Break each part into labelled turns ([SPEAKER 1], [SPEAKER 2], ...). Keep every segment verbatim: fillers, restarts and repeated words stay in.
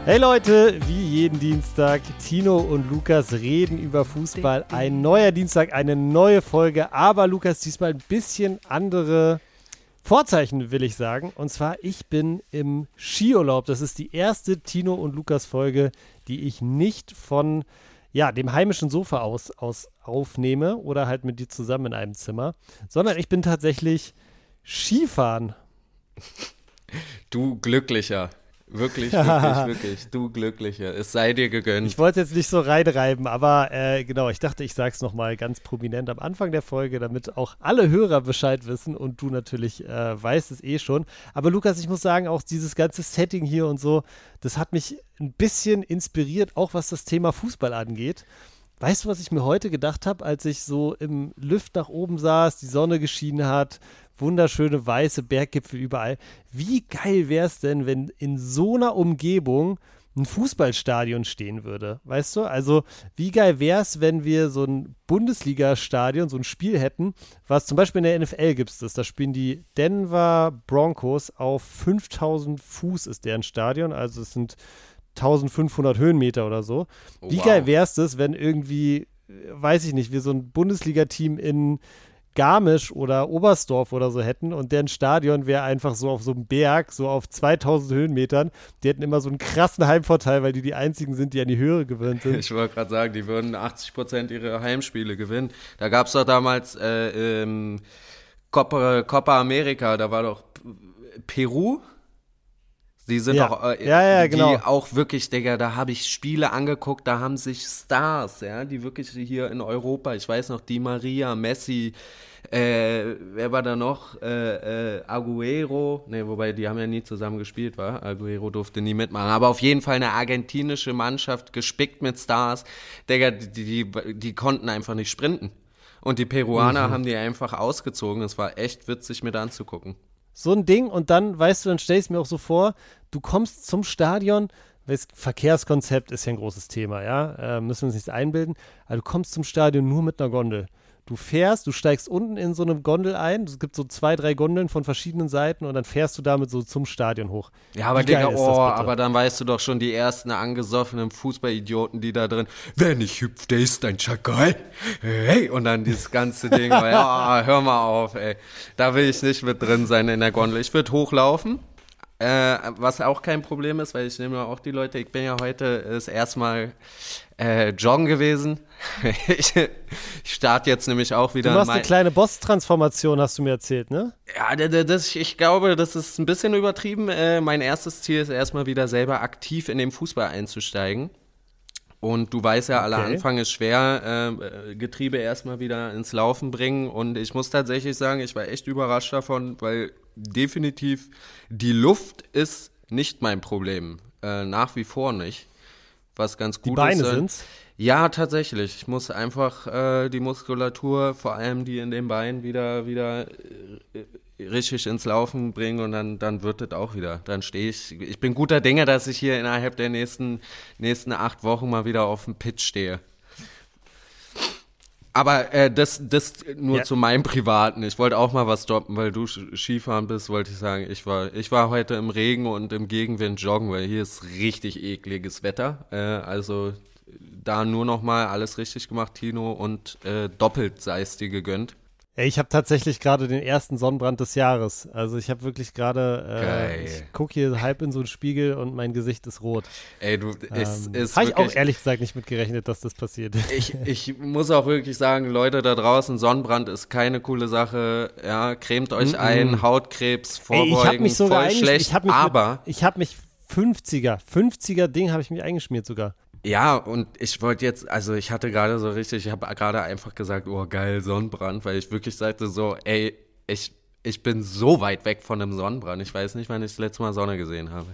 [SPEAKER 1] Hey Leute, wie jeden Dienstag, Tino und Lukas reden über Fußball. Ein neuer Dienstag, eine neue Folge, aber Lukas, diesmal ein bisschen andere Vorzeichen, will ich sagen. Und zwar, ich bin im Skiurlaub. Das ist die erste Tino und Lukas Folge, die ich nicht von ja, dem heimischen Sofa aus, aus aufnehme oder halt mit dir zusammen in einem Zimmer, sondern ich bin tatsächlich Skifahren.
[SPEAKER 2] Du Glücklicher. Wirklich, wirklich, wirklich. Du Glücklicher. Es sei dir gegönnt.
[SPEAKER 1] Ich wollte es jetzt nicht so reinreiben, aber äh, genau, ich dachte, ich sage es nochmal ganz prominent am Anfang der Folge, damit auch alle Hörer Bescheid wissen und du natürlich äh, weißt es eh schon. Aber Lukas, ich muss sagen, auch dieses ganze Setting hier und so, das hat mich ein bisschen inspiriert, auch was das Thema Fußball angeht. Weißt du, was ich mir heute gedacht habe, als ich so im Lift nach oben saß, die Sonne geschienen hat, wunderschöne weiße Berggipfel überall. Wie geil wäre es denn, wenn in so einer Umgebung ein Fußballstadion stehen würde? Weißt du? Also wie geil wäre es, wenn wir so ein Bundesliga-Stadion, so ein Spiel hätten, was zum Beispiel in der N F L gibt es das. Da spielen die Denver Broncos auf fünftausend Fuß ist deren Stadion. Also es sind eintausendfünfhundert Höhenmeter oder so.
[SPEAKER 2] Oh,
[SPEAKER 1] wie
[SPEAKER 2] wow.
[SPEAKER 1] geil wäre es das, wenn irgendwie, weiß ich nicht, wir so ein Bundesliga-Team in Garmisch oder Oberstdorf oder so hätten und deren Stadion wäre einfach so auf so einem Berg, so auf zweitausend Höhenmetern. Die hätten immer so einen krassen Heimvorteil, weil die die einzigen sind, die an die Höhe gewöhnt sind.
[SPEAKER 2] Ich wollte gerade sagen, die würden achtzig Prozent ihrer Heimspiele gewinnen. Da gab es doch damals äh, ähm, Copa, Copa America, da war doch Peru. Die sind
[SPEAKER 1] ja.
[SPEAKER 2] doch, äh,
[SPEAKER 1] ja, ja,
[SPEAKER 2] die
[SPEAKER 1] genau.
[SPEAKER 2] auch wirklich, Digga, da habe ich Spiele angeguckt, da haben sich Stars, ja, die wirklich hier in Europa, ich weiß noch, Di Maria, Messi, äh, wer war da noch? Äh, äh, Agüero, ne, wobei die haben ja nie zusammen gespielt, war. Agüero durfte nie mitmachen, aber auf jeden Fall eine argentinische Mannschaft, gespickt mit Stars, Digga, die, die, die konnten einfach nicht sprinten. Und die Peruaner mhm. haben die einfach ausgezogen, das war echt witzig mit anzugucken.
[SPEAKER 1] So ein Ding und dann, weißt du, dann stell ich es mir auch so vor, du kommst zum Stadion, das Verkehrskonzept ist ja ein großes Thema, ja, äh, müssen wir uns nicht einbilden, aber du kommst zum Stadion nur mit einer Gondel. Du fährst, du steigst unten in so eine Gondel ein, es gibt so zwei, drei Gondeln von verschiedenen Seiten und dann fährst du damit so zum Stadion hoch.
[SPEAKER 2] Ja, aber
[SPEAKER 1] Wie geil
[SPEAKER 2] Digga,
[SPEAKER 1] ist
[SPEAKER 2] oh,
[SPEAKER 1] das bitte?
[SPEAKER 2] aber dann weißt du doch schon die ersten angesoffenen Fußballidioten, die da drin, wer nicht hüpft, der ist ein Schakal. Hey, und dann dieses ganze Ding, oh, ja, hör mal auf, ey. Da will ich nicht mit drin sein in der Gondel. Ich würde hochlaufen, äh, was auch kein Problem ist, weil ich nehme ja auch die Leute, ich bin ja heute das erste Mal äh, joggen gewesen. ich, ich starte jetzt nämlich auch wieder.
[SPEAKER 1] Du machst
[SPEAKER 2] mein,
[SPEAKER 1] eine kleine Boss-Transformation, hast du mir erzählt, ne?
[SPEAKER 2] Ja, das, ich glaube, das ist ein bisschen übertrieben. Äh, mein erstes Ziel ist erstmal wieder selber aktiv in den Fußball einzusteigen. Und du weißt ja, aller
[SPEAKER 1] Okay.
[SPEAKER 2] Anfang ist schwer, äh, Getriebe erstmal wieder ins Laufen bringen. Und ich muss tatsächlich sagen, ich war echt überrascht davon, weil definitiv die Luft ist nicht mein Problem. Äh, nach wie vor nicht. Was ganz gut
[SPEAKER 1] Die Beine
[SPEAKER 2] ist. Äh,
[SPEAKER 1] sind's?
[SPEAKER 2] Ja, tatsächlich. Ich muss einfach äh, die Muskulatur, vor allem die in den Beinen, wieder, wieder äh, richtig ins Laufen bringen und dann, dann wird das auch wieder. Dann stehe ich, ich bin guter Dinge, dass ich hier innerhalb der nächsten, nächsten acht Wochen mal wieder auf dem Pitch stehe. Aber äh, das, das nur
[SPEAKER 1] Ja.
[SPEAKER 2] zu meinem Privaten. Ich wollte auch mal was droppen, weil du Skifahren bist, wollte ich sagen, ich war, ich war heute im Regen und im Gegenwind joggen, weil hier ist richtig ekliges Wetter. Äh, also da nur noch mal alles richtig gemacht, Tino, und äh, doppelt sei es dir gegönnt.
[SPEAKER 1] Ey, ich habe tatsächlich gerade den ersten Sonnenbrand des Jahres. Also ich habe wirklich gerade,
[SPEAKER 2] Geil.
[SPEAKER 1] äh, ich gucke hier halb in so einen Spiegel und mein Gesicht ist rot.
[SPEAKER 2] Ey, du, es
[SPEAKER 1] Ähm,
[SPEAKER 2] ist
[SPEAKER 1] habe ich auch
[SPEAKER 2] wirklich,
[SPEAKER 1] ehrlich gesagt nicht mit gerechnet, dass das passiert.
[SPEAKER 2] ich, ich muss auch wirklich sagen, Leute da draußen, Sonnenbrand ist keine coole Sache. Ja, cremt euch
[SPEAKER 1] Mm-mm.
[SPEAKER 2] ein, Hautkrebs
[SPEAKER 1] Ey,
[SPEAKER 2] vorbeugen,
[SPEAKER 1] ich habe mich sogar
[SPEAKER 2] voll
[SPEAKER 1] eingeschmiert.
[SPEAKER 2] schlecht,
[SPEAKER 1] Ich habe mich,
[SPEAKER 2] aber
[SPEAKER 1] mit, ich hab mich fünfziger, fünfziger Ding habe ich mich eingeschmiert sogar.
[SPEAKER 2] ja, und ich wollte jetzt, also ich hatte gerade so richtig, ich habe gerade einfach gesagt, oh geil, Sonnenbrand, weil ich wirklich sagte so, ey, ich, ich bin so weit weg von einem Sonnenbrand. Ich weiß nicht, wann ich das letzte Mal Sonne gesehen habe.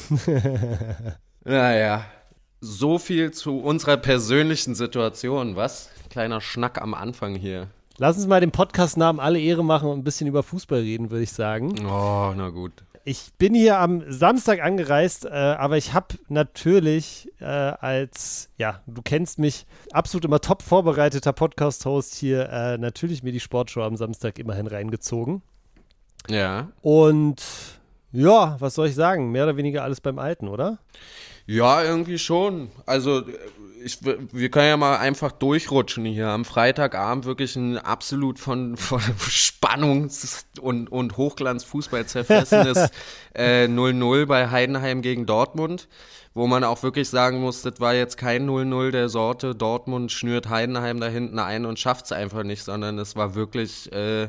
[SPEAKER 2] Naja, so viel zu unserer persönlichen Situation, was? Kleiner Schnack am Anfang hier.
[SPEAKER 1] Lass uns mal dem Podcast-Namen alle Ehre machen und ein bisschen über Fußball reden, würde ich sagen.
[SPEAKER 2] Oh, na gut.
[SPEAKER 1] Ich bin hier am Samstag angereist, äh, aber ich habe natürlich äh, als, ja, du kennst mich, absolut immer top vorbereiteter Podcast-Host hier, äh, natürlich mir die Sportshow am Samstag immerhin reingezogen.
[SPEAKER 2] Ja.
[SPEAKER 1] Und Ja, was soll ich sagen? Mehr oder weniger alles beim Alten, oder?
[SPEAKER 2] Ja, irgendwie schon. Also ich, wir können ja mal einfach durchrutschen hier. Am Freitagabend wirklich ein absolut von, von Spannungs- und, und Hochglanz-Fußball zerfressenes äh, null null bei Heidenheim gegen Dortmund, wo man auch wirklich sagen muss, das war jetzt kein null null der Sorte, Dortmund schnürt Heidenheim da hinten ein und schafft es einfach nicht, sondern es war wirklich... Äh,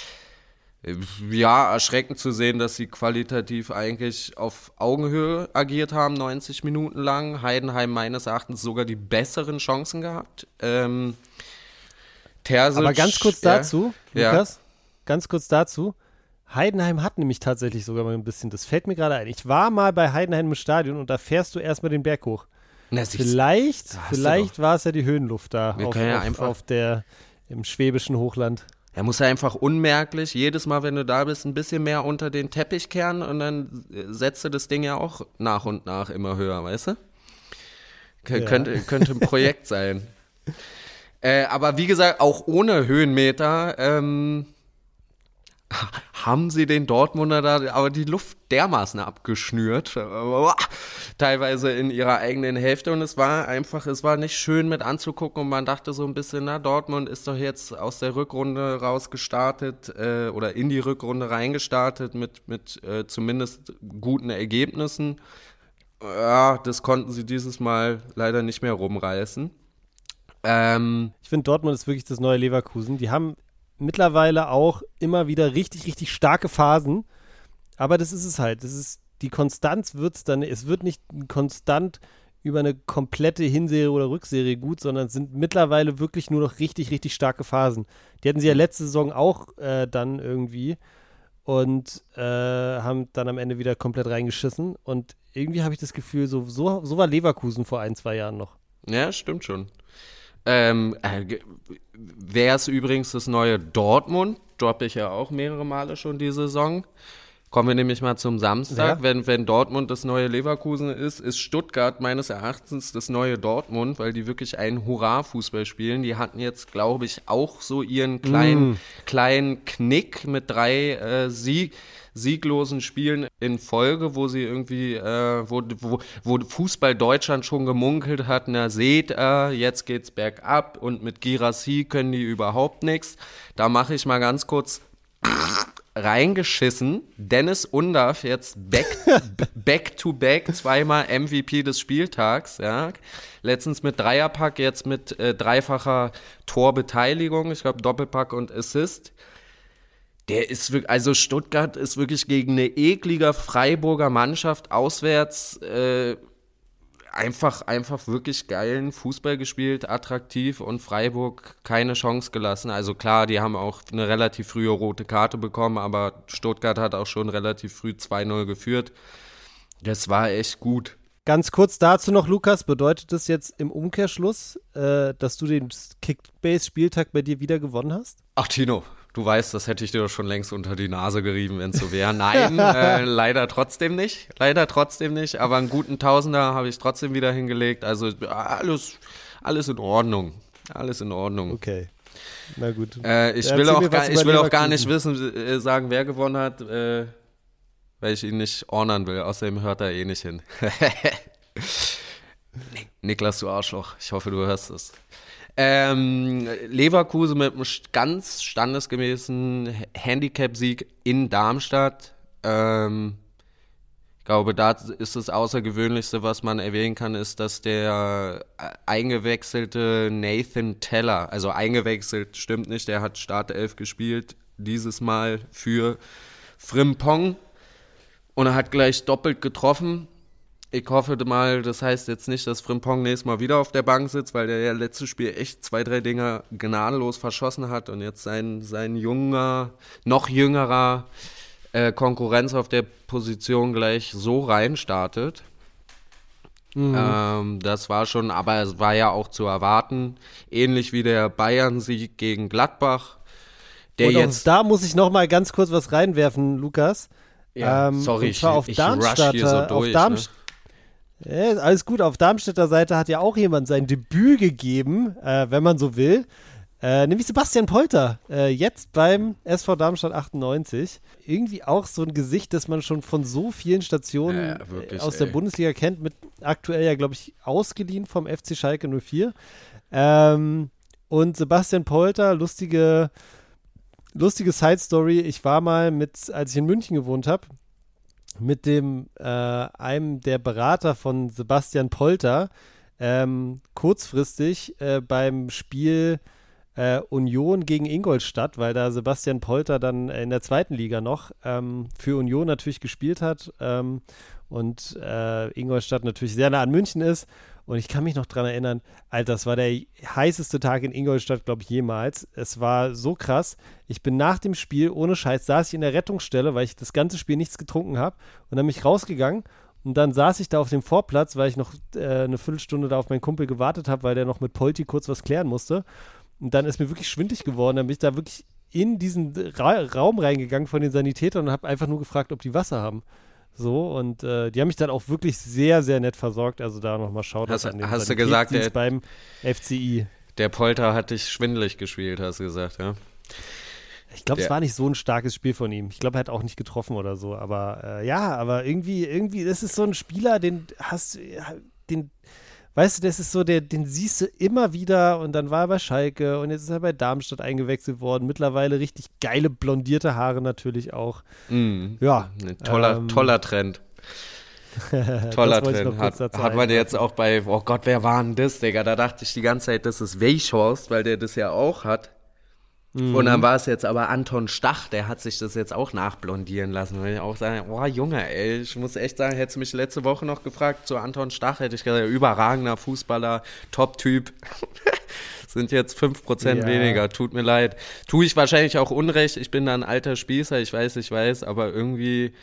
[SPEAKER 2] Ja, erschreckend zu sehen, dass sie qualitativ eigentlich auf Augenhöhe agiert haben, neunzig Minuten lang. Heidenheim meines Erachtens sogar die besseren Chancen gehabt. Ähm, Terzic,
[SPEAKER 1] Aber ganz kurz dazu,
[SPEAKER 2] ja,
[SPEAKER 1] Lukas, ja. ganz kurz dazu. Heidenheim hat nämlich tatsächlich sogar mal ein bisschen, das fällt mir gerade ein. Ich war mal bei Heidenheim im Stadion und da fährst du erstmal den Berg hoch.
[SPEAKER 2] Na,
[SPEAKER 1] vielleicht vielleicht war es ja die Höhenluft da
[SPEAKER 2] Wir
[SPEAKER 1] auf,
[SPEAKER 2] können ja
[SPEAKER 1] auf,
[SPEAKER 2] einfach
[SPEAKER 1] auf der, im schwäbischen Hochland.
[SPEAKER 2] Er muss ja einfach unmerklich, jedes Mal, wenn du da bist, ein bisschen mehr unter den Teppich kehren und dann setzt du das Ding ja auch nach und nach immer höher, weißt du? K-
[SPEAKER 1] Ja.
[SPEAKER 2] Könnte, könnte ein Projekt sein. Äh, aber wie gesagt, auch ohne Höhenmeter ähm, haben sie den Dortmunder da aber die Luft dermaßen abgeschnürt, teilweise in ihrer eigenen Hälfte, und es war einfach, es war nicht schön mit anzugucken und man dachte so ein bisschen, na, Dortmund ist doch jetzt aus der Rückrunde rausgestartet äh, oder in die Rückrunde reingestartet mit, mit äh, zumindest guten Ergebnissen. Ja, das konnten sie dieses Mal leider nicht mehr rumreißen. Ähm,
[SPEAKER 1] Ich finde, Dortmund ist wirklich das neue Leverkusen. Die haben mittlerweile auch immer wieder richtig, richtig starke Phasen. Aber das ist es halt. Das ist, die Konstanz wird es dann, es wird nicht konstant über eine komplette Hinserie oder Rückserie gut, sondern es sind mittlerweile wirklich nur noch richtig, richtig starke Phasen. Die hatten sie ja letzte Saison auch äh, dann irgendwie und äh, haben dann am Ende wieder komplett reingeschissen. Und irgendwie habe ich das Gefühl, so, so, so war Leverkusen vor ein, zwei Jahren noch.
[SPEAKER 2] ja, stimmt schon. Ähm, äh, Wer ist übrigens das neue Dortmund? Droppe ich ja auch mehrere Male schon die Saison. Kommen wir nämlich mal zum Samstag.
[SPEAKER 1] Ja.
[SPEAKER 2] Wenn, wenn Dortmund das neue Leverkusen ist, ist Stuttgart meines Erachtens das neue Dortmund, weil die wirklich einen Hurra-Fußball spielen. Die hatten jetzt, glaube ich, auch so ihren kleinen,
[SPEAKER 1] Mm.
[SPEAKER 2] kleinen Knick mit drei äh, Sieg. sieglosen Spielen in Folge, wo sie irgendwie, äh, wo, wo, wo Fußball Deutschland schon gemunkelt hat, na seht ihr, äh, jetzt geht's bergab und mit Girassi können die überhaupt nichts. Da mache ich mal ganz kurz reingeschissen. Dennis Undaff jetzt back, back to back, zweimal M V P des Spieltags, ja. Letztens mit Dreierpack, jetzt mit äh, dreifacher Torbeteiligung, ich glaube Doppelpack und Assist. Der ist wirklich, also Stuttgart ist wirklich gegen eine eklige Freiburger Mannschaft auswärts äh, einfach, einfach wirklich geilen Fußball gespielt, attraktiv, und Freiburg keine Chance gelassen. Also klar, die haben auch eine relativ frühe rote Karte bekommen, aber Stuttgart hat auch schon relativ früh zwei null geführt. Das war echt gut.
[SPEAKER 1] Ganz kurz dazu noch, Lukas, bedeutet das jetzt im Umkehrschluss, äh, dass du den Kickbase-Spieltag bei dir wieder gewonnen hast?
[SPEAKER 2] Ach, Tino, du weißt, das hätte ich dir doch schon längst unter die Nase gerieben, wenn es so wäre. Nein, äh, leider trotzdem nicht. Leider trotzdem nicht. Aber einen guten Tausender habe ich trotzdem wieder hingelegt. Also alles, alles in Ordnung. Alles in Ordnung.
[SPEAKER 1] Okay. Na gut.
[SPEAKER 2] Äh, ich
[SPEAKER 1] Ja,
[SPEAKER 2] will,
[SPEAKER 1] erzähl
[SPEAKER 2] auch
[SPEAKER 1] mir
[SPEAKER 2] gar,
[SPEAKER 1] was
[SPEAKER 2] ich
[SPEAKER 1] über
[SPEAKER 2] will auch gar nicht
[SPEAKER 1] Leverkusen.
[SPEAKER 2] wissen, äh, sagen, wer gewonnen hat, äh, weil ich ihn nicht ordnen will. Außerdem hört er eh nicht hin. Niklas, du Arschloch. Ich hoffe, du hörst es. Ähm, Leverkusen mit einem ganz standesgemäßen Handicap-Sieg in Darmstadt. Ähm, ich glaube, da ist das Außergewöhnlichste, was man erwähnen kann, ist, dass der eingewechselte Nathan Teller, also eingewechselt stimmt nicht, der hat Startelf gespielt, dieses Mal für Frimpong, und er hat gleich doppelt getroffen. Ich hoffe mal, das heißt jetzt nicht, dass Frimpong nächstes Mal wieder auf der Bank sitzt, weil der ja letztes Spiel echt zwei, drei Dinger gnadenlos verschossen hat und jetzt sein, sein junger, noch jüngerer äh, Konkurrenz auf der Position gleich so rein startet. Mhm. Ähm, das war schon, aber es war ja auch zu erwarten, ähnlich wie der Bayern-Sieg gegen Gladbach. Der
[SPEAKER 1] und
[SPEAKER 2] jetzt,
[SPEAKER 1] da muss ich noch mal ganz kurz was reinwerfen, Lukas.
[SPEAKER 2] Ja,
[SPEAKER 1] ähm,
[SPEAKER 2] sorry,
[SPEAKER 1] und zwar
[SPEAKER 2] ich,
[SPEAKER 1] auf
[SPEAKER 2] ich
[SPEAKER 1] Darmstadter,
[SPEAKER 2] rush hier so durch.
[SPEAKER 1] auf Darmst-
[SPEAKER 2] ne?
[SPEAKER 1] ja, alles gut, auf Darmstädter Seite hat ja auch jemand sein Debüt gegeben, äh, wenn man so will. Äh, nämlich Sebastian Polter, äh, jetzt beim S V Darmstadt achtundneunzig. Irgendwie auch so ein Gesicht, das man schon von so vielen Stationen
[SPEAKER 2] ja, ja, wirklich,
[SPEAKER 1] aus
[SPEAKER 2] ey.
[SPEAKER 1] der Bundesliga kennt, mit aktuell ja, glaube ich, ausgeliehen vom F C Schalke null vier. Ähm, und Sebastian Polter, lustige, lustige Side-Story. Ich war mal mit, als ich in München gewohnt habe, mit dem äh, einem der Berater von Sebastian Polter ähm, kurzfristig äh, beim Spiel äh, Union gegen Ingolstadt, weil da Sebastian Polter dann in der zweiten Liga noch ähm, für Union natürlich gespielt hat ähm, und äh, Ingolstadt natürlich sehr nah an München ist. Und ich kann mich noch dran erinnern, Alter, das war der heißeste Tag in Ingolstadt, glaube ich, jemals. Es war so krass. Ich bin nach dem Spiel, ohne Scheiß, saß ich in der Rettungsstelle, weil ich das ganze Spiel nichts getrunken habe. Und dann bin ich rausgegangen und dann saß ich da auf dem Vorplatz, weil ich noch äh, eine Viertelstunde da auf meinen Kumpel gewartet habe, weil der noch mit Polti kurz was klären musste. Und dann ist mir wirklich schwindelig geworden. Dann bin ich da wirklich in diesen Ra- Raum reingegangen von den Sanitätern und habe einfach nur gefragt, ob die Wasser haben. So, und äh, die haben mich dann auch wirklich sehr, sehr nett versorgt. Also da nochmal Shoutout
[SPEAKER 2] Hast,
[SPEAKER 1] an den
[SPEAKER 2] hast du gesagt, der,
[SPEAKER 1] beim F C I.
[SPEAKER 2] Der Polter hat dich schwindelig gespielt, hast du gesagt, ja?
[SPEAKER 1] Ich glaube, es war nicht so ein starkes Spiel von ihm. Ich glaube, er hat auch nicht getroffen oder so. Aber äh, ja, aber irgendwie, irgendwie, das ist so ein Spieler, den hast du, den, weißt du, das ist so, der, den siehst du immer wieder und dann war er bei Schalke und jetzt ist er bei Darmstadt eingewechselt worden. Mittlerweile richtig geile blondierte Haare natürlich auch.
[SPEAKER 2] Mm.
[SPEAKER 1] Ja.
[SPEAKER 2] Ein toller, ähm, toller Trend. Toller Trend. Hat, hat man jetzt auch bei, oh Gott, wer war denn das, Digga? Da dachte ich die ganze Zeit, das ist Weichhorst, weil der das ja auch hat. Mhm. Und dann war es jetzt aber Anton Stach, der hat sich das jetzt auch nachblondieren lassen. Und ich auch sagen, oh Junge, ey, ich muss echt sagen, hättest du mich letzte Woche noch gefragt zu Anton Stach, hätte ich gesagt, überragender Fußballer, Top-Typ. Sind jetzt fünf Prozent ja. weniger, tut mir leid. Tue ich wahrscheinlich auch Unrecht, ich bin da ein alter Spießer, ich weiß, ich weiß, aber irgendwie,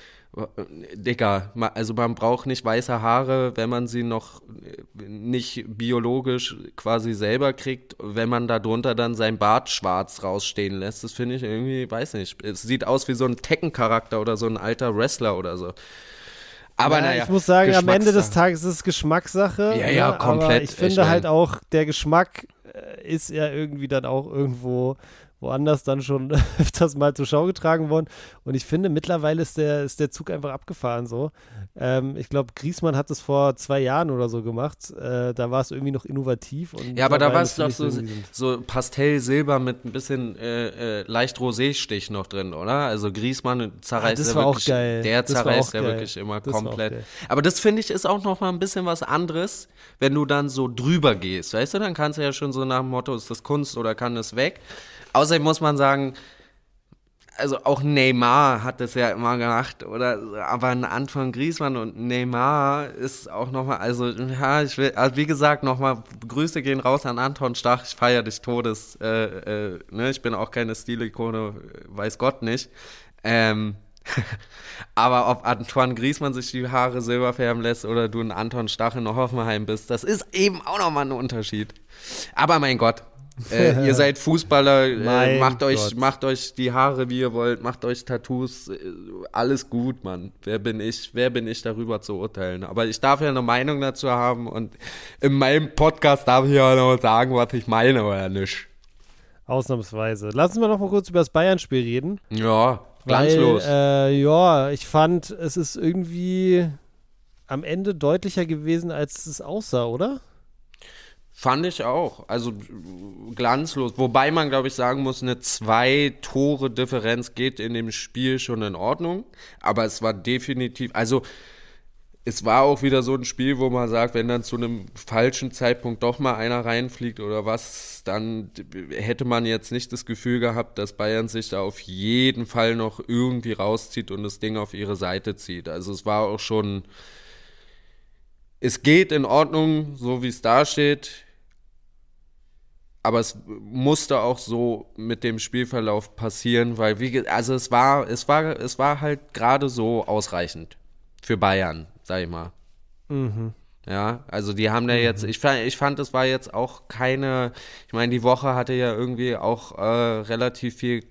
[SPEAKER 2] Digga, also man braucht nicht weiße Haare, wenn man sie noch nicht biologisch quasi selber kriegt, wenn man da drunter dann sein Bart schwarz rausstehen lässt, das finde ich irgendwie, weiß nicht, es sieht aus wie so ein Tekken-Charakter oder so ein alter Wrestler oder so. Aber
[SPEAKER 1] ja,
[SPEAKER 2] naja,
[SPEAKER 1] ich muss sagen, am Ende des Tages ist es Geschmackssache.
[SPEAKER 2] Ja, ja, komplett.
[SPEAKER 1] Aber ich finde halt auch, der Geschmack ist ja irgendwie dann auch irgendwo woanders dann schon öfters mal zur Schau getragen worden. Und ich finde, mittlerweile ist der, ist der Zug einfach abgefahren so. Ähm, ich glaube, Griezmann hat es vor zwei Jahren oder so gemacht. Äh, da war es irgendwie noch innovativ. Und
[SPEAKER 2] ja, aber da war es doch so, so Pastellsilber mit ein bisschen äh, äh, leicht Rosé-Stich noch drin, oder? Also Griezmann zerreißt
[SPEAKER 1] ah,
[SPEAKER 2] ja wirklich, der zerreißt ja wirklich immer das komplett. Aber das finde ich ist auch noch mal ein bisschen was anderes, wenn du dann so drüber gehst, weißt du? Dann kannst du ja schon so nach dem Motto, ist das Kunst oder kann das weg? Außerdem muss man sagen, also auch Neymar hat das ja immer gemacht, oder, aber ein Antoine Griezmann und Neymar ist auch nochmal, also, ja, ich will, also wie gesagt, nochmal, Grüße gehen raus an Anton Stach, ich feiere dich Todes, äh, äh, ne, ich bin auch keine Stilikone, weiß Gott nicht, ähm, aber ob Antoine Griezmann sich die Haare silber färben lässt oder du ein Anton Stach in Hoffenheim bist, das ist eben auch nochmal ein Unterschied. Aber mein Gott, äh, ihr seid Fußballer, äh, macht euch, macht euch die Haare, wie ihr wollt, macht euch Tattoos, äh, alles gut, Mann. Wer bin ich, wer bin ich darüber zu urteilen? Aber ich darf ja eine Meinung dazu haben und in meinem Podcast darf ich ja noch sagen, was ich meine, oder nicht?
[SPEAKER 1] Ausnahmsweise. Lassen wir noch mal kurz über das Bayern-Spiel reden.
[SPEAKER 2] Ja, glanzlos.
[SPEAKER 1] Weil, äh, ja, ich fand, es ist irgendwie am Ende deutlicher gewesen, als es aussah, oder?
[SPEAKER 2] Fand ich auch. Also glanzlos. Wobei man, glaube ich, sagen muss, eine Zwei-Tore-Differenz geht in dem Spiel schon in Ordnung. Aber es war definitiv, also es war auch wieder so ein Spiel, wo man sagt, wenn dann zu einem falschen Zeitpunkt doch mal einer reinfliegt oder was, dann hätte man jetzt nicht das Gefühl gehabt, dass Bayern sich da auf jeden Fall noch irgendwie rauszieht und das Ding auf ihre Seite zieht. Also es war auch schon, es geht in Ordnung, so wie es da steht. Aber es musste auch so mit dem Spielverlauf passieren, weil wie also es war es war es war halt gerade so ausreichend für Bayern, sag ich mal.
[SPEAKER 1] Mhm.
[SPEAKER 2] Ja, also die haben da mhm. jetzt, ich fand, ich fand, es war jetzt auch keine, ich meine, die Woche hatte ja irgendwie auch äh, relativ viel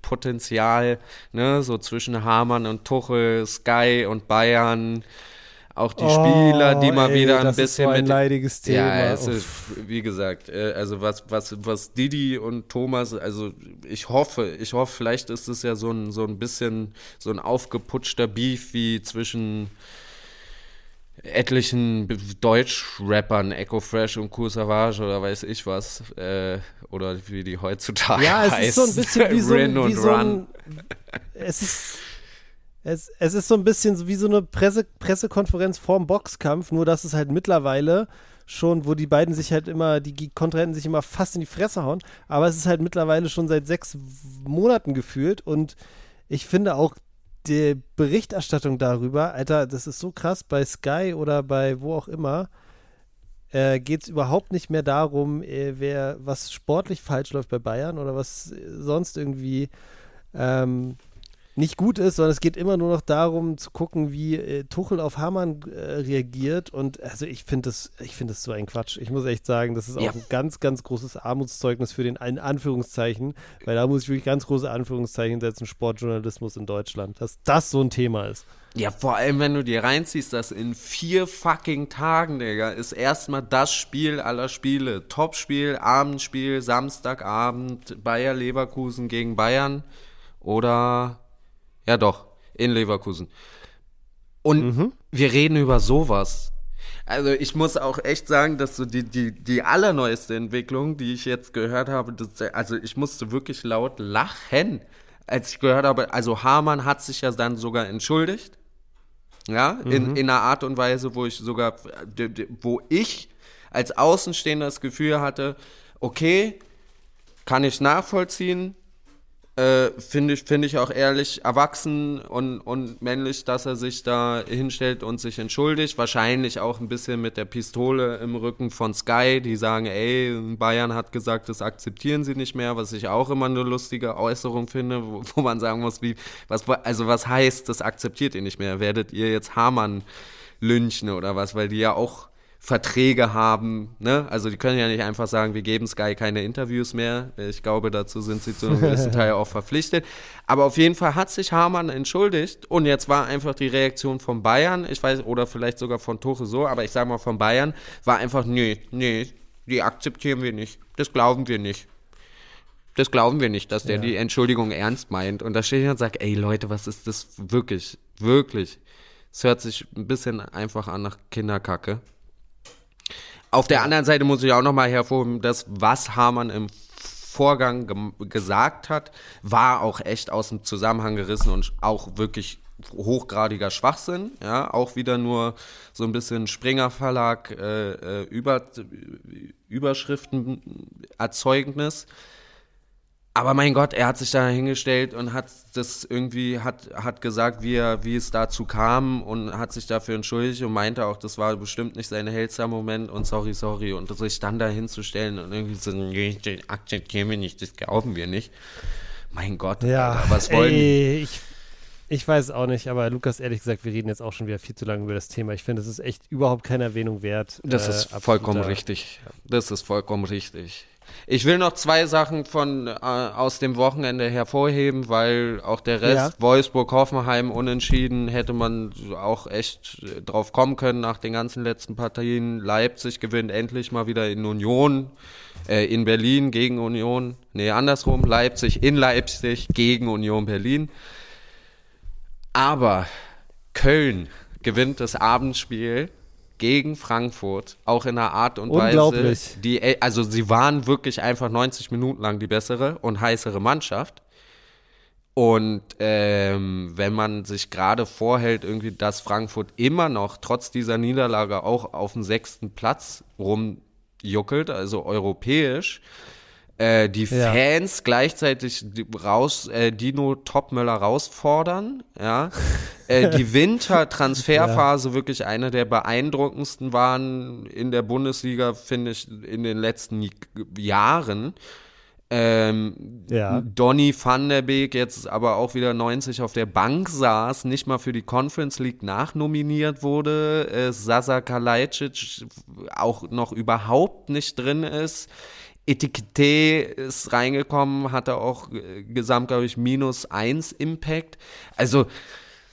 [SPEAKER 2] Konfliktpotenzial, ne, so zwischen Hamann und Tuchel, Sky und Bayern. Auch die Spieler, die mal
[SPEAKER 1] ey,
[SPEAKER 2] wieder ein
[SPEAKER 1] das
[SPEAKER 2] bisschen
[SPEAKER 1] ist so ein
[SPEAKER 2] mit.
[SPEAKER 1] leidiges Thema.
[SPEAKER 2] Ja, es
[SPEAKER 1] Uff.
[SPEAKER 2] ist, wie gesagt, äh, also was, was, was Didi und Thomas, also ich hoffe, ich hoffe, vielleicht ist es ja so ein, so ein bisschen so ein aufgeputschter Beef wie zwischen etlichen Deutsch-Rappern, Echo Fresh und Kool Savage oder weiß ich was, äh, oder wie die heutzutage
[SPEAKER 1] Ja, es
[SPEAKER 2] heißen.
[SPEAKER 1] ist so ein bisschen wie so,
[SPEAKER 2] Rin
[SPEAKER 1] ein- wie
[SPEAKER 2] und
[SPEAKER 1] so
[SPEAKER 2] Run.
[SPEAKER 1] ein, es ist, es, es ist so ein bisschen so wie so eine Presse, Pressekonferenz vorm Boxkampf, nur dass es halt mittlerweile schon, wo die beiden sich halt immer, die Kontrahenten sich immer fast in die Fresse hauen, aber es ist halt mittlerweile schon seit sechs Monaten gefühlt und ich finde auch die Berichterstattung darüber, Alter, das ist so krass, bei Sky oder bei wo auch immer, äh, geht es überhaupt nicht mehr darum, äh, wer, was sportlich falsch läuft bei Bayern oder was äh, sonst irgendwie ähm, nicht gut ist, sondern es geht immer nur noch darum zu gucken, wie äh, Tuchel auf Hamann äh, reagiert und also ich finde das, ich finde das so ein Quatsch. Ich muss echt sagen, das ist auch
[SPEAKER 2] Ja.
[SPEAKER 1] ein ganz, ganz großes Armutszeugnis für den, in Anführungszeichen, weil da muss ich wirklich ganz große Anführungszeichen setzen, Sportjournalismus in Deutschland, dass das so ein Thema ist.
[SPEAKER 2] Ja, vor allem, wenn du dir reinziehst, dass in vier fucking Tagen, Digga, ist erstmal das Spiel aller Spiele. Topspiel, Abendspiel, Samstagabend, Bayer Leverkusen gegen Bayern oder, ja doch, in Leverkusen. Und
[SPEAKER 1] Mhm.
[SPEAKER 2] wir reden über sowas. Also ich muss auch echt sagen, dass so die, die, die allerneueste Entwicklung, die ich jetzt gehört habe, das, also ich musste wirklich laut lachen, als ich gehört habe, also Hamann hat sich ja dann sogar entschuldigt. Ja, in,
[SPEAKER 1] Mhm.
[SPEAKER 2] in einer Art und Weise, wo ich sogar, wo ich als Außenstehender das Gefühl hatte, okay, kann ich nachvollziehen, äh, finde ich, finde ich auch ehrlich erwachsen und, und männlich, dass er sich da hinstellt und sich entschuldigt. Wahrscheinlich auch ein bisschen mit der Pistole im Rücken von Sky, die sagen, ey, Bayern hat gesagt, das akzeptieren sie nicht mehr, was ich auch immer eine lustige Äußerung finde, wo, wo man sagen muss, wie, was, also was heißt, das akzeptiert ihr nicht mehr? Werdet ihr jetzt Hamann lynchen oder was? Weil die ja auch Verträge haben, ne? Also die können ja nicht einfach sagen, wir geben Sky keine Interviews mehr. Ich glaube, dazu sind sie zu einem gewissen Teil auch verpflichtet. Aber auf jeden Fall hat sich Hamann entschuldigt und jetzt war einfach die Reaktion von Bayern, ich weiß, oder vielleicht sogar von Tuchel so, aber ich sage mal von Bayern, war einfach, nee, nee, die akzeptieren wir nicht. Das glauben wir nicht. Das glauben wir nicht, dass der
[SPEAKER 1] Ja.
[SPEAKER 2] die Entschuldigung ernst meint. Und da stehe ich und sage, ey Leute, was ist das wirklich, wirklich? Es hört sich ein bisschen einfach an nach Kinderkacke. Auf der anderen Seite muss ich auch nochmal hervorheben, dass was Hamann im Vorgang ge- gesagt hat, war auch echt aus dem Zusammenhang gerissen und auch wirklich hochgradiger Schwachsinn. Ja, auch wieder nur so ein bisschen Springer Verlag äh, über, Überschriftenerzeugnis. Aber mein Gott, er hat sich da hingestellt und hat das irgendwie, hat, hat gesagt, wie, er, wie es dazu kam und hat sich dafür entschuldigt und meinte auch, das war bestimmt nicht sein hellster Moment und sorry, sorry. Und sich dann da hinzustellen und irgendwie so, nee, das akzeptieren wir nicht, das glauben wir nicht. Mein Gott,
[SPEAKER 1] Ja,
[SPEAKER 2] Alter, was wollen
[SPEAKER 1] ey, ich, ich weiß auch nicht, aber Lukas, ehrlich gesagt, wir reden jetzt auch schon wieder viel zu lange über das Thema. Ich finde, das ist echt überhaupt keine Erwähnung wert.
[SPEAKER 2] Das
[SPEAKER 1] Äh,
[SPEAKER 2] ist
[SPEAKER 1] absoluter-
[SPEAKER 2] vollkommen richtig. Das ist vollkommen richtig. Ich will noch zwei Sachen von äh, aus dem Wochenende hervorheben, weil auch der Rest,
[SPEAKER 1] Ja.
[SPEAKER 2] Wolfsburg, Hoffenheim, unentschieden, hätte man auch echt äh, drauf kommen können nach den ganzen letzten Partien. Leipzig gewinnt endlich mal wieder in Union, äh, in Berlin gegen Union. Nee, andersrum, Leipzig in Leipzig gegen Union Berlin. Aber Köln gewinnt das Abendspiel gegen Frankfurt, auch in einer Art und
[SPEAKER 1] Unglaublich.
[SPEAKER 2] Weise, die, also sie waren wirklich einfach neunzig Minuten lang die bessere und heißere Mannschaft. Und ähm, wenn man sich gerade vorhält, irgendwie, dass Frankfurt immer noch trotz dieser Niederlage auch auf dem sechsten Platz rumjuckelt, also europäisch, äh, die
[SPEAKER 1] Ja.
[SPEAKER 2] Fans gleichzeitig die raus, äh, Dino Topmöller rausfordern, ja, äh, die Wintertransferphase wirklich eine der beeindruckendsten waren in der Bundesliga, finde ich, in den letzten Jahren. Ähm,
[SPEAKER 1] Ja.
[SPEAKER 2] Donny van der Beek jetzt aber auch wieder neunzig auf der Bank saß, nicht mal für die Conference League nachnominiert wurde, äh, Sasa Kalajdzic auch noch überhaupt nicht drin ist. Etikette ist reingekommen, hatte auch äh, gesamt, glaube ich, minus eins Impact. Also,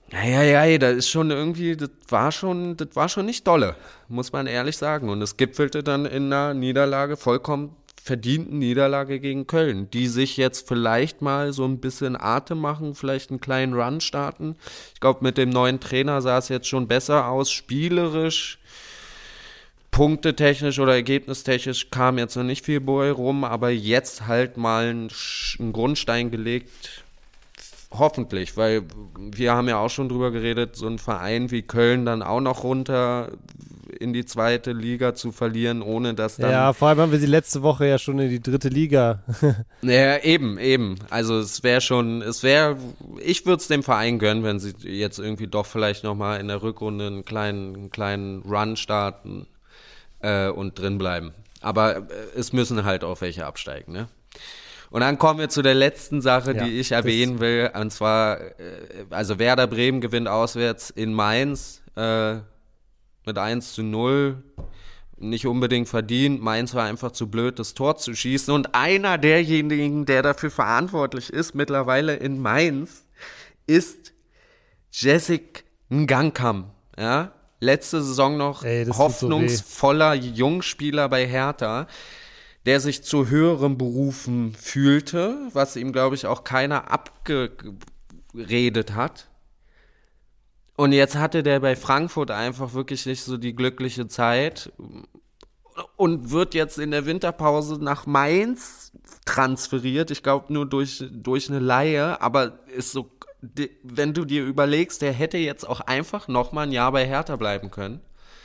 [SPEAKER 2] Ja, ja, ja, das ist schon irgendwie, das war schon, das war schon nicht dolle, muss man ehrlich sagen. Und es gipfelte dann in einer Niederlage, vollkommen verdienten Niederlage gegen Köln, die sich jetzt vielleicht mal so ein bisschen Atem machen, vielleicht einen kleinen Run starten. Ich glaube, mit dem neuen Trainer sah es jetzt schon besser aus, spielerisch, punktetechnisch oder ergebnistechnisch kam jetzt noch nicht viel bei rum, aber jetzt halt mal einen, einen Grundstein gelegt. Hoffentlich, weil wir haben ja auch schon drüber geredet, so ein Verein wie Köln dann auch noch runter in die zweite Liga zu verlieren, ohne dass dann...
[SPEAKER 1] Ja, vor allem haben wir sie letzte Woche ja schon in die dritte Liga.
[SPEAKER 2] Ja, eben, eben. Also es wäre schon, es wäre, ich würde es dem Verein gönnen, wenn sie jetzt irgendwie doch vielleicht nochmal in der Rückrunde einen kleinen, einen kleinen Run starten äh, und drin bleiben. Aber äh, es müssen halt auch welche absteigen, ne? Und dann kommen wir zu der letzten Sache, ja, die ich erwähnen will, und zwar, also Werder Bremen gewinnt auswärts in Mainz äh, mit eins zu null, nicht unbedingt verdient, Mainz war einfach zu blöd, das Tor zu schießen, und einer derjenigen, der dafür verantwortlich ist, mittlerweile in Mainz, ist Jessic Ngankam, ja, letzte Saison noch Ey, hoffnungsvoller so Jungspieler bei Hertha, der sich zu höherem Berufen fühlte, was ihm, glaube ich, auch keiner abgeredet hat. Und jetzt hatte der bei Frankfurt einfach wirklich nicht so die glückliche Zeit und wird jetzt in der Winterpause nach Mainz transferiert. Ich glaube, nur durch, durch eine Leihe, aber ist so, wenn du dir überlegst, der hätte jetzt auch einfach nochmal ein Jahr bei Hertha bleiben können.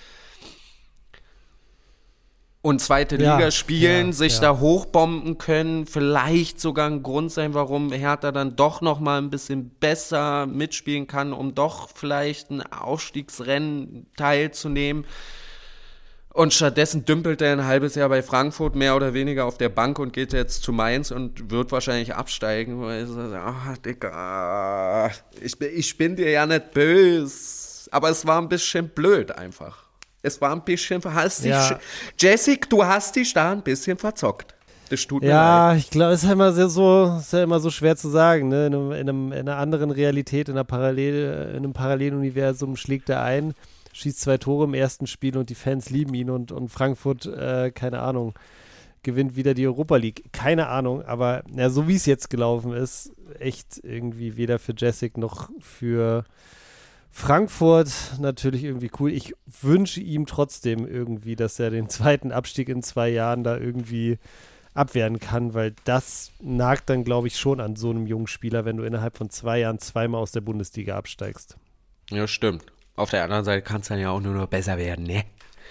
[SPEAKER 2] Und zweite ja, Liga spielen, ja, sich ja. da hochbomben können, vielleicht sogar ein Grund sein, warum Hertha dann doch noch mal ein bisschen besser mitspielen kann, um doch vielleicht ein Aufstiegsrennen teilzunehmen. Und stattdessen dümpelt er ein halbes Jahr bei Frankfurt mehr oder weniger auf der Bank und geht jetzt zu Mainz und wird wahrscheinlich absteigen. Weil ich so, ach, Digga, ich, ich bin dir ja nicht böse, aber es war ein bisschen blöd einfach. Es war ein bisschen, hast ja. dich, Jessic, du hast dich da ein bisschen verzockt. Das tut mir
[SPEAKER 1] ja,
[SPEAKER 2] leid.
[SPEAKER 1] Ich glaube, es ist ja immer so, ist ja immer so schwer zu sagen. Ne? In, einem, in, einem, in einer anderen Realität, in, einer Parallel, in einem Paralleluniversum schlägt er ein, schießt zwei Tore im ersten Spiel und die Fans lieben ihn und, und Frankfurt, äh, keine Ahnung, gewinnt wieder die Europa League. Keine Ahnung, aber ja, so wie es jetzt gelaufen ist, echt irgendwie weder für Jessic noch für Frankfurt natürlich irgendwie cool. Ich wünsche ihm trotzdem irgendwie, dass er den zweiten Abstieg in zwei Jahren da irgendwie abwehren kann, weil das nagt dann, glaube ich, schon an so einem jungen Spieler, wenn du innerhalb von zwei Jahren zweimal aus der Bundesliga absteigst.
[SPEAKER 2] Ja, stimmt. Auf der anderen Seite kann es dann ja auch nur noch besser werden, ne?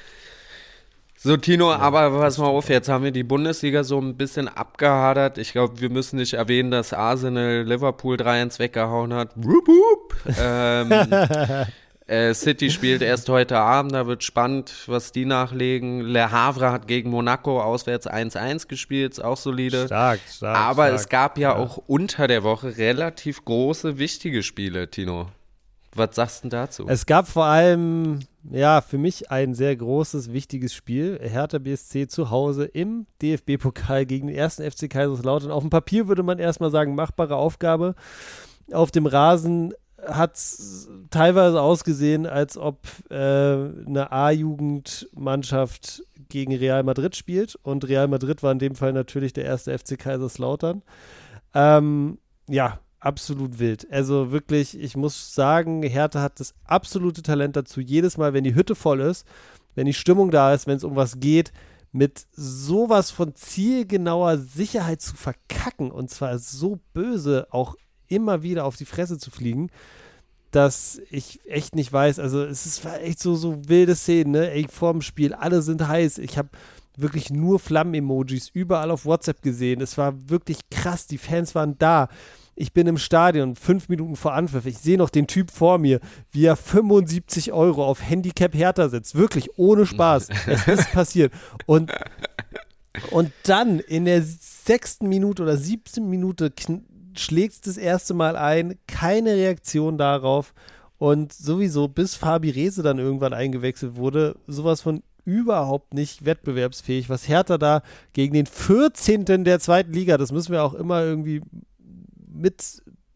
[SPEAKER 2] So, Tino, ja, aber pass mal auf, jetzt haben wir die Bundesliga so ein bisschen abgehadert. Ich glaube, wir müssen nicht erwähnen, dass Arsenal Liverpool drei eins weggehauen hat. Wup, wup. ähm, äh, City spielt erst heute Abend, da wird spannend, was die nachlegen. Le Havre hat gegen Monaco auswärts eins eins gespielt, ist auch solide.
[SPEAKER 1] Stark, stark.
[SPEAKER 2] Aber
[SPEAKER 1] stark.
[SPEAKER 2] es gab ja, ja auch unter der Woche relativ große, wichtige Spiele, Tino. Was sagst du dazu?
[SPEAKER 1] Es gab vor allem, ja, für mich ein sehr großes, wichtiges Spiel. Hertha B S C zu Hause im D F B-Pokal gegen den ersten F C Kaiserslautern. Auf dem Papier würde man erstmal sagen, machbare Aufgabe. Auf dem Rasen hat es teilweise ausgesehen, als ob äh, eine A-Jugendmannschaft gegen Real Madrid spielt. Und Real Madrid war in dem Fall natürlich der erste F C Kaiserslautern. Ähm, ja, absolut wild. Also wirklich, ich muss sagen, Hertha hat das absolute Talent dazu, jedes Mal, wenn die Hütte voll ist, wenn die Stimmung da ist, wenn es um was geht, mit sowas von zielgenauer Sicherheit zu verkacken und zwar so böse auch immer wieder auf die Fresse zu fliegen, dass ich echt nicht weiß, also es ist echt so, so wilde Szenen, ne? Ey, vorm Spiel, alle sind heiß. Ich habe wirklich nur Flammen-Emojis überall auf WhatsApp gesehen. Es war wirklich krass, die Fans waren da. Ich bin im Stadion, fünf Minuten vor Anpfiff. Ich sehe noch den Typ vor mir, wie er fünfundsiebzig Euro auf Handicap Hertha setzt. Wirklich, ohne Spaß. Es ist passiert. Und, und dann in der sechsten Minute oder siebten Minute kn- schlägt es das erste Mal ein. Keine Reaktion darauf. Und sowieso, bis Fabi Rehse dann irgendwann eingewechselt wurde, sowas von überhaupt nicht wettbewerbsfähig. Was Hertha da gegen den vierzehnten der zweiten Liga, das müssen wir auch immer irgendwie mit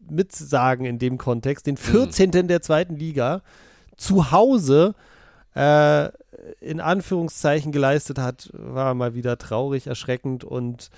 [SPEAKER 1] mitsagen in dem Kontext, den vierzehnten der zweiten Liga zu Hause äh, in Anführungszeichen geleistet hat, war mal wieder traurig, erschreckend und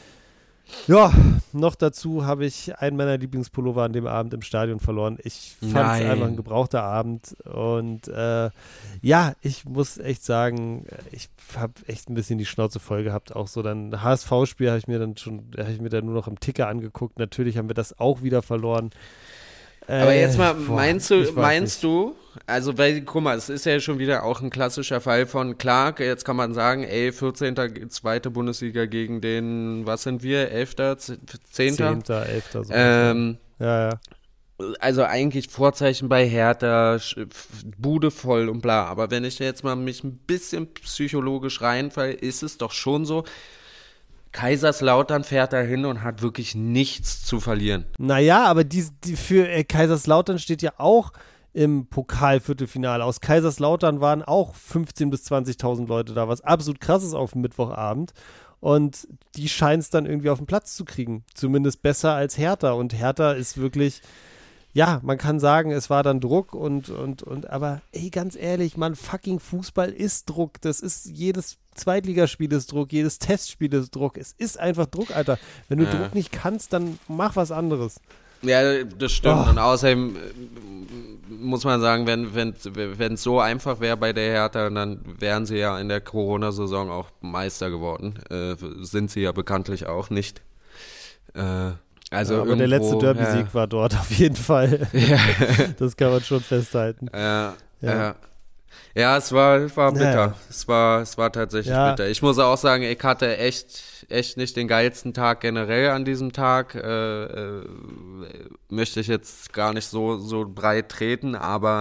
[SPEAKER 1] ja, noch dazu habe ich einen meiner Lieblingspullover an dem Abend im Stadion verloren. Ich fand es einfach ein gebrauchter Abend und äh, ja, ich muss echt sagen, ich habe echt ein bisschen die Schnauze voll gehabt. Auch so dann H S V-Spiel habe ich mir dann schon, habe ich mir dann nur noch im Ticker angeguckt. Natürlich haben wir das auch wieder verloren.
[SPEAKER 2] Aber
[SPEAKER 1] äh,
[SPEAKER 2] jetzt mal,
[SPEAKER 1] boah,
[SPEAKER 2] meinst du,
[SPEAKER 1] nicht.
[SPEAKER 2] meinst du, also weil, guck mal, es ist ja schon wieder auch ein klassischer Fall von Clark, jetzt kann man sagen, ey, vierzehnten zweite Bundesliga gegen den, was sind wir, elfter zehnter
[SPEAKER 1] zehnter elfter So
[SPEAKER 2] ähm,
[SPEAKER 1] ja, ja.
[SPEAKER 2] Also eigentlich Vorzeichen bei Hertha, Bude voll und bla, aber wenn ich jetzt mal mich ein bisschen psychologisch reinfalle, ist es doch schon so, Kaiserslautern fährt da hin und hat wirklich nichts zu verlieren.
[SPEAKER 1] Naja, aber die, die für äh, Kaiserslautern steht ja auch im Pokalviertelfinale aus. Kaiserslautern waren auch fünfzehntausend bis zwanzigtausend Leute da, was absolut krass ist auf dem Mittwochabend. Und die scheint es dann irgendwie auf den Platz zu kriegen. Zumindest besser als Hertha. Und Hertha ist wirklich, ja, man kann sagen, es war dann Druck und, und, und, aber ey, ganz ehrlich, man, fucking Fußball ist Druck. Das ist jedes Zweitligaspiel ist Druck, jedes Testspiel ist Druck. Es ist einfach Druck, Alter. Wenn du ja. Druck nicht kannst, dann mach was anderes.
[SPEAKER 2] Ja, das stimmt.
[SPEAKER 1] Oh.
[SPEAKER 2] Und außerdem muss man sagen, wenn wenn wenn es so einfach wäre bei der Hertha, dann wären sie ja in der Corona-Saison auch Meister geworden. Äh, sind sie ja bekanntlich auch nicht. Äh, also
[SPEAKER 1] ja, aber
[SPEAKER 2] irgendwo,
[SPEAKER 1] der letzte Derby-Sieg
[SPEAKER 2] ja.
[SPEAKER 1] war dort auf jeden Fall. Ja. Das kann man schon festhalten.
[SPEAKER 2] Ja, ja.
[SPEAKER 1] ja.
[SPEAKER 2] Ja, es war, es war bitter.
[SPEAKER 1] Naja.
[SPEAKER 2] Es war, es war tatsächlich
[SPEAKER 1] ja.
[SPEAKER 2] bitter. Ich muss auch sagen, ich hatte echt, echt nicht den geilsten Tag generell an diesem Tag. Äh, äh, möchte ich jetzt gar nicht so, so breit treten, aber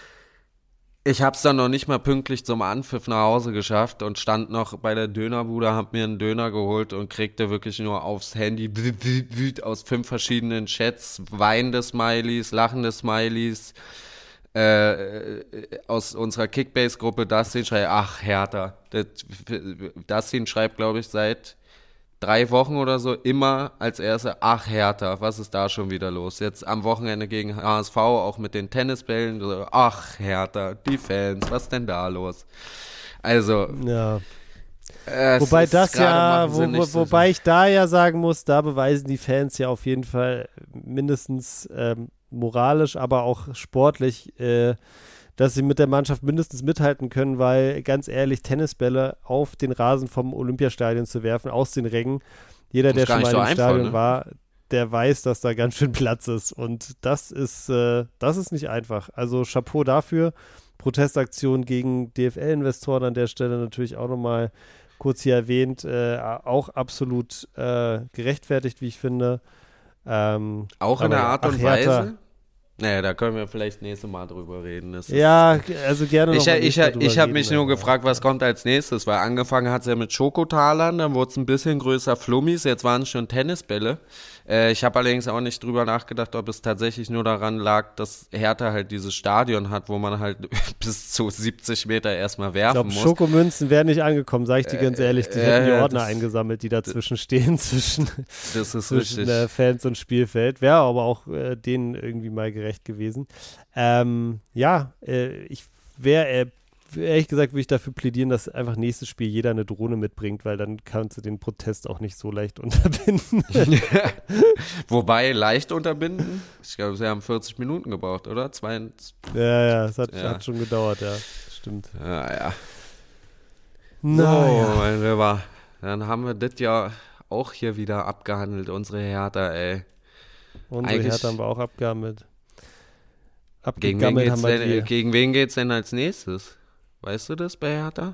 [SPEAKER 2] ich habe es dann noch nicht mal pünktlich zum Anpfiff nach Hause geschafft und stand noch bei der Dönerbude, hab mir einen Döner geholt und kriegte wirklich nur aufs Handy aus fünf verschiedenen Chats weinende Smileys, lachende Smileys. Äh, aus unserer Kickbase-Gruppe, Dustin schreibt, ach, Hertha. Das, Dustin schreibt, glaube ich, seit drei Wochen oder so immer als erster, ach, Hertha, was ist da schon wieder los? Jetzt am Wochenende gegen H S V, auch mit den Tennisbällen, so, ach, Hertha, die Fans, was denn da los? Also,
[SPEAKER 1] ja. Wobei das ja, wo, wo, wobei ich da ja sagen muss, da beweisen die Fans ja auf jeden Fall mindestens ähm, moralisch, aber auch sportlich, äh, dass sie mit der Mannschaft mindestens mithalten können, weil ganz ehrlich, Tennisbälle auf den Rasen vom Olympiastadion zu werfen, aus den Rängen, jeder, der schon mal so im einfach, Stadion ne? war, der weiß, dass da ganz schön Platz ist und das ist, äh, das ist nicht einfach. Also Chapeau dafür, Protestaktion gegen D F L-Investoren an der Stelle natürlich auch nochmal kurz hier erwähnt, äh, auch absolut äh, gerechtfertigt, wie ich finde. Ähm,
[SPEAKER 2] auch in der Art und
[SPEAKER 1] Hertha,
[SPEAKER 2] Weise? Naja, da können wir vielleicht nächstes Mal drüber reden. Das
[SPEAKER 1] ja, also gerne noch
[SPEAKER 2] Ich,
[SPEAKER 1] mal
[SPEAKER 2] ich, ich, ich habe mich nur
[SPEAKER 1] aber.
[SPEAKER 2] gefragt, was kommt als nächstes, weil angefangen hat es ja mit Schokotalern, dann wurde es ein bisschen größer Flummis, jetzt waren es schon Tennisbälle. Äh, ich habe allerdings auch nicht drüber nachgedacht, ob es tatsächlich nur daran lag, dass Hertha halt dieses Stadion hat, wo man halt bis zu siebzig Meter erstmal werfen
[SPEAKER 1] ich glaub,
[SPEAKER 2] muss.
[SPEAKER 1] Schokomünzen wären nicht angekommen, sage ich dir ganz ehrlich. Die
[SPEAKER 2] äh,
[SPEAKER 1] hätten die
[SPEAKER 2] äh,
[SPEAKER 1] Ordner
[SPEAKER 2] das,
[SPEAKER 1] eingesammelt, die dazwischen stehen, zwischen,
[SPEAKER 2] das ist
[SPEAKER 1] zwischen äh, Fans und Spielfeld. Wäre aber auch äh, denen irgendwie mal gerecht gewesen. Ähm, ja, äh, ich wäre, äh, ehrlich gesagt, würde ich dafür plädieren, dass einfach nächstes Spiel jeder eine Drohne mitbringt, weil dann kannst du den Protest auch nicht so leicht unterbinden.
[SPEAKER 2] Wobei, leicht unterbinden? Ich glaube, sie haben vierzig Minuten gebraucht, oder? Zwei,
[SPEAKER 1] ja, ja, es hat,
[SPEAKER 2] ja.
[SPEAKER 1] hat schon gedauert, ja. Stimmt.
[SPEAKER 2] Ja, ja.
[SPEAKER 1] Na,
[SPEAKER 2] so,
[SPEAKER 1] ja.
[SPEAKER 2] mein Lieber, dann haben wir das ja auch hier wieder abgehandelt, unsere Hertha, ey.
[SPEAKER 1] Unsere
[SPEAKER 2] Eigentlich,
[SPEAKER 1] Hertha haben wir auch abgehandelt.
[SPEAKER 2] Gegen wen, geht's
[SPEAKER 1] haben wir
[SPEAKER 2] denn, gegen wen geht's denn als nächstes? Weißt du das bei Hertha?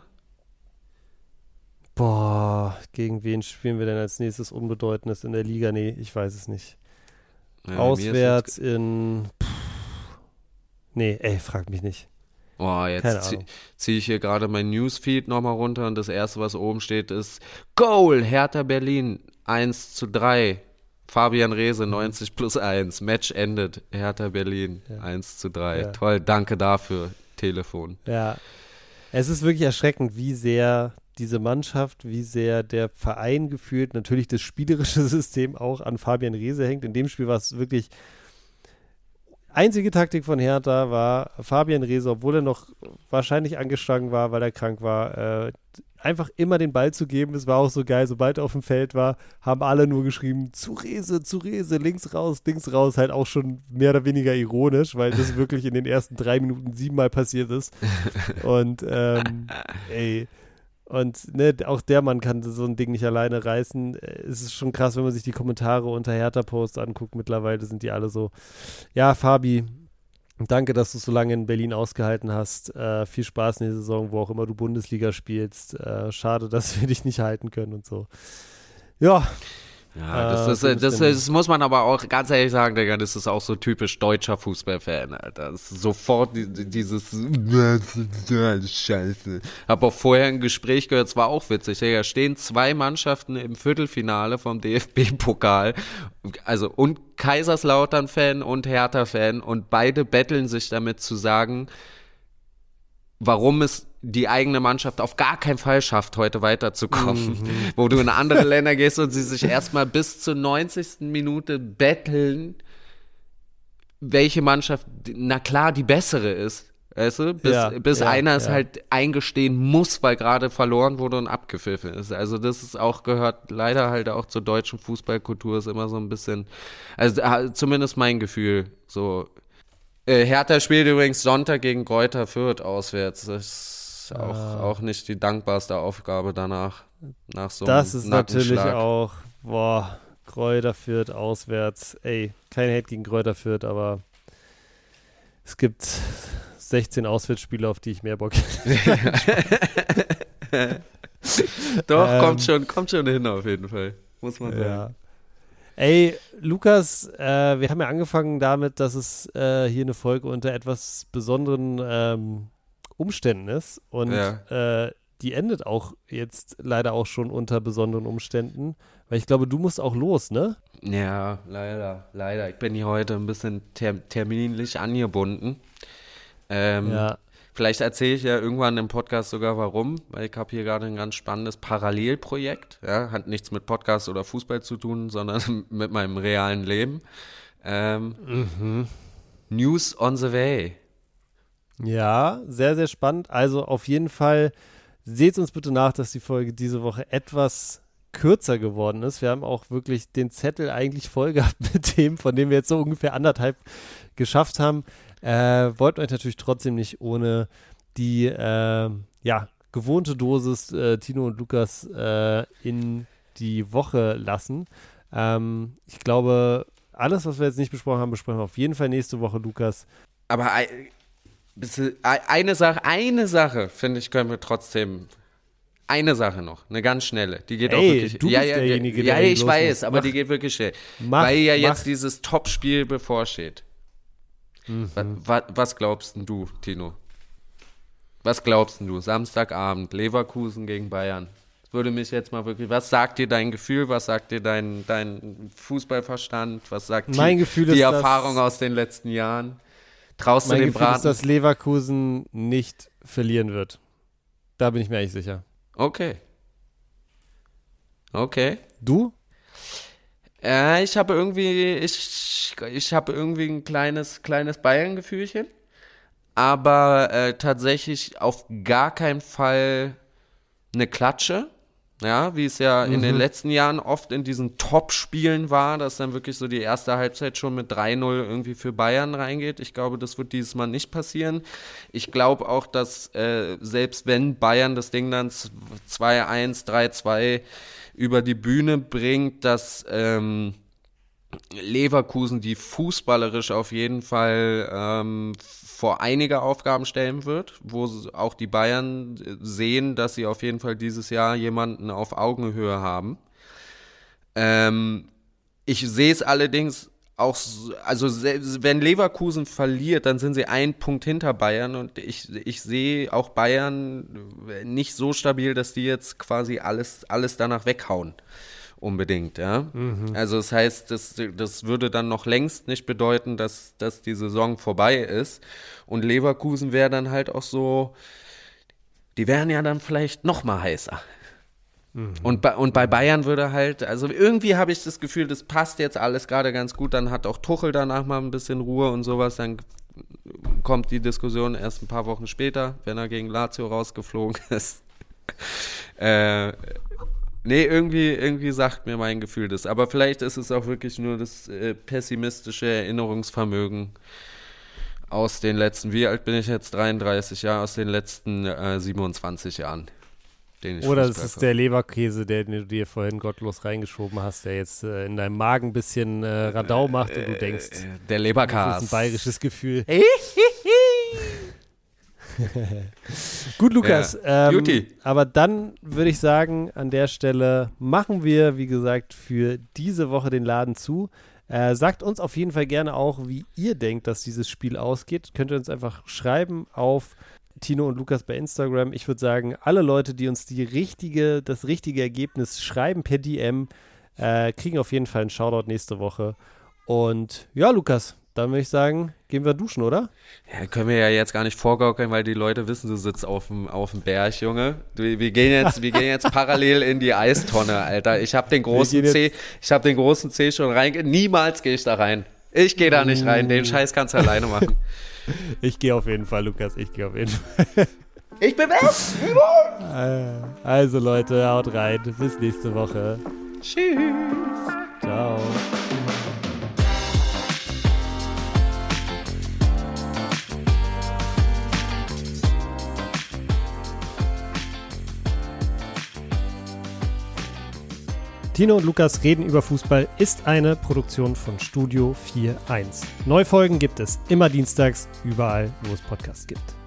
[SPEAKER 1] Boah, gegen wen spielen wir denn als nächstes Unbedeutendes in der Liga? Nee, ich weiß es nicht. Ja, Auswärts in... Pff, nee, ey, frag mich nicht.
[SPEAKER 2] Boah, jetzt ziehe zieh ich hier gerade mein Newsfeed nochmal runter und das erste, was oben steht, ist Goal, Hertha Berlin, eins zu drei. Fabian Reese, neunzig plus eins. Match endet. Hertha Berlin, ja. eins zu drei. Ja. Toll, danke dafür, Telefon.
[SPEAKER 1] Ja, es ist wirklich erschreckend, wie sehr diese Mannschaft, wie sehr der Verein gefühlt, natürlich das spielerische System auch an Fabian Reese hängt. In dem Spiel war es wirklich Einzige Taktik von Hertha war Fabian Reese, obwohl er noch wahrscheinlich angeschlagen war, weil er krank war, äh, einfach immer den Ball zu geben. Es war auch so geil, sobald er auf dem Feld war, haben alle nur geschrieben, zu Reese, zu Reese, links raus, links raus, halt auch schon mehr oder weniger ironisch, weil das wirklich in den ersten drei Minuten siebenmal passiert ist. Und ähm, ey, und ne, auch der Mann kann so ein Ding nicht alleine reißen. Es ist schon krass, wenn man sich die Kommentare unter Hertha-Posts anguckt. Mittlerweile sind die alle so, ja, Fabi, danke, dass du so lange in Berlin ausgehalten hast. Äh, viel Spaß in der Saison, wo auch immer du Bundesliga spielst. Äh, schade, dass wir dich nicht halten können und so. Ja.
[SPEAKER 2] Ja, das, ist, äh, das, das muss man aber auch ganz ehrlich sagen, Digga, das ist auch so typisch deutscher Fußballfan, Alter. Das ist sofort dieses Scheiße. Hab auch vorher ein Gespräch gehört, es war auch witzig, Digga. Stehen zwei Mannschaften im Viertelfinale vom D F B-Pokal, also und Kaiserslautern-Fan und Hertha-Fan, und beide betteln sich damit zu sagen, warum es die eigene Mannschaft auf gar keinen Fall schafft, heute weiterzukommen. Mhm. Wo du in andere Länder gehst und sie sich erstmal bis zur neunzigsten Minute betteln, welche Mannschaft, na klar, die bessere ist. Weißt du? Bis, ja, bis ja, einer es ja. halt eingestehen muss, weil gerade verloren wurde und abgepfiffen ist. Also das ist auch, gehört leider halt auch zur deutschen Fußballkultur, ist immer so ein bisschen, also zumindest mein Gefühl, so. Äh, Hertha spielt übrigens Sonntag gegen Greuther Fürth auswärts. Das ist auch, ah. auch nicht die dankbarste Aufgabe danach. Nach so
[SPEAKER 1] das ist natürlich auch, boah, Greuther Fürth auswärts. Ey, kein Hate gegen Greuther Fürth, aber es gibt sechzehn Auswärtsspiele, auf die ich mehr Bock hätte.
[SPEAKER 2] Doch, ähm, kommt schon, kommt schon hin auf jeden Fall, muss man sagen.
[SPEAKER 1] Ja. Ey, Lukas, äh, wir haben ja angefangen damit, dass es äh, hier eine Folge unter etwas besonderen ähm, Umständen ist, und ja. äh, die endet auch jetzt leider auch schon unter besonderen Umständen, weil ich glaube, du musst auch los, ne?
[SPEAKER 2] Ja, leider, leider. Ich bin hier heute ein bisschen ter- terminlich angebunden. Ähm, ja. Vielleicht erzähle ich ja irgendwann im Podcast sogar warum, weil ich habe hier gerade ein ganz spannendes Parallelprojekt. Ja, hat nichts mit Podcast oder Fußball zu tun, sondern mit meinem realen Leben. Ähm, mhm. News on the way.
[SPEAKER 1] Ja, sehr, sehr spannend. Also auf jeden Fall seht uns bitte nach, dass die Folge diese Woche etwas kürzer geworden ist. Wir haben auch wirklich den Zettel eigentlich voll gehabt mit Themen, von denen wir jetzt so ungefähr anderthalb geschafft haben. Äh, wollten euch natürlich trotzdem nicht ohne die äh, ja, gewohnte Dosis äh, Tino und Lukas äh, in die Woche lassen. Ähm, ich glaube, alles, was wir jetzt nicht besprochen haben, besprechen wir auf jeden Fall nächste Woche, Lukas.
[SPEAKER 2] Aber eine Sache, eine Sache, finde ich, können wir trotzdem. Eine Sache noch, eine ganz schnelle. Die geht
[SPEAKER 1] Ey,
[SPEAKER 2] auch wirklich.
[SPEAKER 1] Du
[SPEAKER 2] ja,
[SPEAKER 1] bist
[SPEAKER 2] ja,
[SPEAKER 1] derjenige,
[SPEAKER 2] ja,
[SPEAKER 1] der
[SPEAKER 2] ja, ich weiß,
[SPEAKER 1] muss.
[SPEAKER 2] aber
[SPEAKER 1] mach,
[SPEAKER 2] die geht wirklich schnell.
[SPEAKER 1] Mach,
[SPEAKER 2] weil ja
[SPEAKER 1] mach.
[SPEAKER 2] jetzt dieses Topspiel bevorsteht. Mhm. Was, was glaubst denn du, Tino? Was glaubst denn du? Samstagabend, Leverkusen gegen Bayern. Das würde mich jetzt mal wirklich. Was sagt dir dein Gefühl? Was sagt dir dein, dein Fußballverstand? Was sagt
[SPEAKER 1] mein
[SPEAKER 2] die,
[SPEAKER 1] Gefühl
[SPEAKER 2] die
[SPEAKER 1] ist,
[SPEAKER 2] Erfahrung aus den letzten Jahren? Traust du
[SPEAKER 1] dem
[SPEAKER 2] dem
[SPEAKER 1] Braten? Mein Gefühl ist, dass
[SPEAKER 2] Leverkusen
[SPEAKER 1] Leverkusen nicht verlieren wird. Da bin ich mir eigentlich sicher.
[SPEAKER 2] Okay. Okay.
[SPEAKER 1] Du?
[SPEAKER 2] Äh, ich habe irgendwie, ich, ich habe irgendwie ein kleines, kleines Bayern-Gefühlchen, aber äh, tatsächlich auf gar keinen Fall eine Klatsche, ja, wie es ja mhm. in den letzten Jahren oft in diesen Top-Spielen war, dass dann wirklich so die erste Halbzeit schon mit drei null irgendwie für Bayern reingeht. Ich glaube, das wird dieses Mal nicht passieren. Ich glaube auch, dass äh, selbst wenn Bayern das Ding dann zwei eins, drei zwei über die Bühne bringt, dass ähm, Leverkusen die fußballerisch auf jeden Fall ähm, vor einige Aufgaben stellen wird, wo auch die Bayern sehen, dass sie auf jeden Fall dieses Jahr jemanden auf Augenhöhe haben. Ähm, ich sehe es allerdings auch, also wenn Leverkusen verliert, dann sind sie einen Punkt hinter Bayern, und ich, ich sehe auch Bayern nicht so stabil, dass die jetzt quasi alles, alles danach weghauen. Unbedingt, ja. Mhm. Also das heißt, das, das würde dann noch längst nicht bedeuten, dass, dass die Saison vorbei ist. Und Leverkusen wäre dann halt auch so, die wären ja dann vielleicht noch mal heißer. Mhm. Und, bei, und bei Bayern würde halt, also irgendwie habe ich das Gefühl, das passt jetzt alles gerade ganz gut. Dann hat auch Tuchel danach mal ein bisschen Ruhe und sowas. Dann kommt die Diskussion erst ein paar Wochen später, wenn er gegen Lazio rausgeflogen ist. äh, nee, irgendwie, irgendwie sagt mir mein Gefühl das. Aber vielleicht ist es auch wirklich nur das äh, pessimistische Erinnerungsvermögen aus den letzten, wie alt bin ich jetzt? dreiunddreißig Jahre, aus den letzten äh, siebenundzwanzig Jahren. Den ich
[SPEAKER 1] Oder es ist der Leberkäse, den du dir vorhin gottlos reingeschoben hast, der jetzt äh, in deinem Magen ein bisschen äh, Radau macht und du denkst,
[SPEAKER 2] äh, der Leberkäse.
[SPEAKER 1] Das ist ein bayerisches Gefühl. Gut, Lukas.
[SPEAKER 2] Ja.
[SPEAKER 1] Ähm, aber dann würde ich sagen, an der Stelle machen wir, wie gesagt, für diese Woche den Laden zu. Äh, sagt uns auf jeden Fall gerne auch, wie ihr denkt, dass dieses Spiel ausgeht. Könnt ihr uns einfach schreiben auf Tino und Lukas bei Instagram. Ich würde sagen, alle Leute, die uns die richtige, das richtige Ergebnis schreiben per D M, äh, kriegen auf jeden Fall einen Shoutout nächste Woche. Und ja, Lukas, dann würde ich sagen, gehen wir duschen, oder?
[SPEAKER 2] Ja, können wir ja jetzt gar nicht vorgaukeln, weil die Leute wissen, du sitzt auf dem, auf dem Berg, Junge. Wir, wir, gehen jetzt, wir gehen jetzt parallel in die Eistonne, Alter. Ich habe den großen C, ich habe den großen C schon rein. Niemals gehe ich da rein. Ich gehe da nicht rein. Den Scheiß kannst du alleine machen.
[SPEAKER 1] Ich gehe auf jeden Fall, Lukas. Ich gehe auf jeden Fall.
[SPEAKER 2] Ich bin weg!
[SPEAKER 1] Also Leute, haut rein. Bis nächste Woche.
[SPEAKER 2] Tschüss.
[SPEAKER 1] Ciao. Tino und Lukas reden über Fußball ist eine Produktion von Studio vier eins. Neue Folgen gibt es immer dienstags, überall, wo es Podcasts gibt.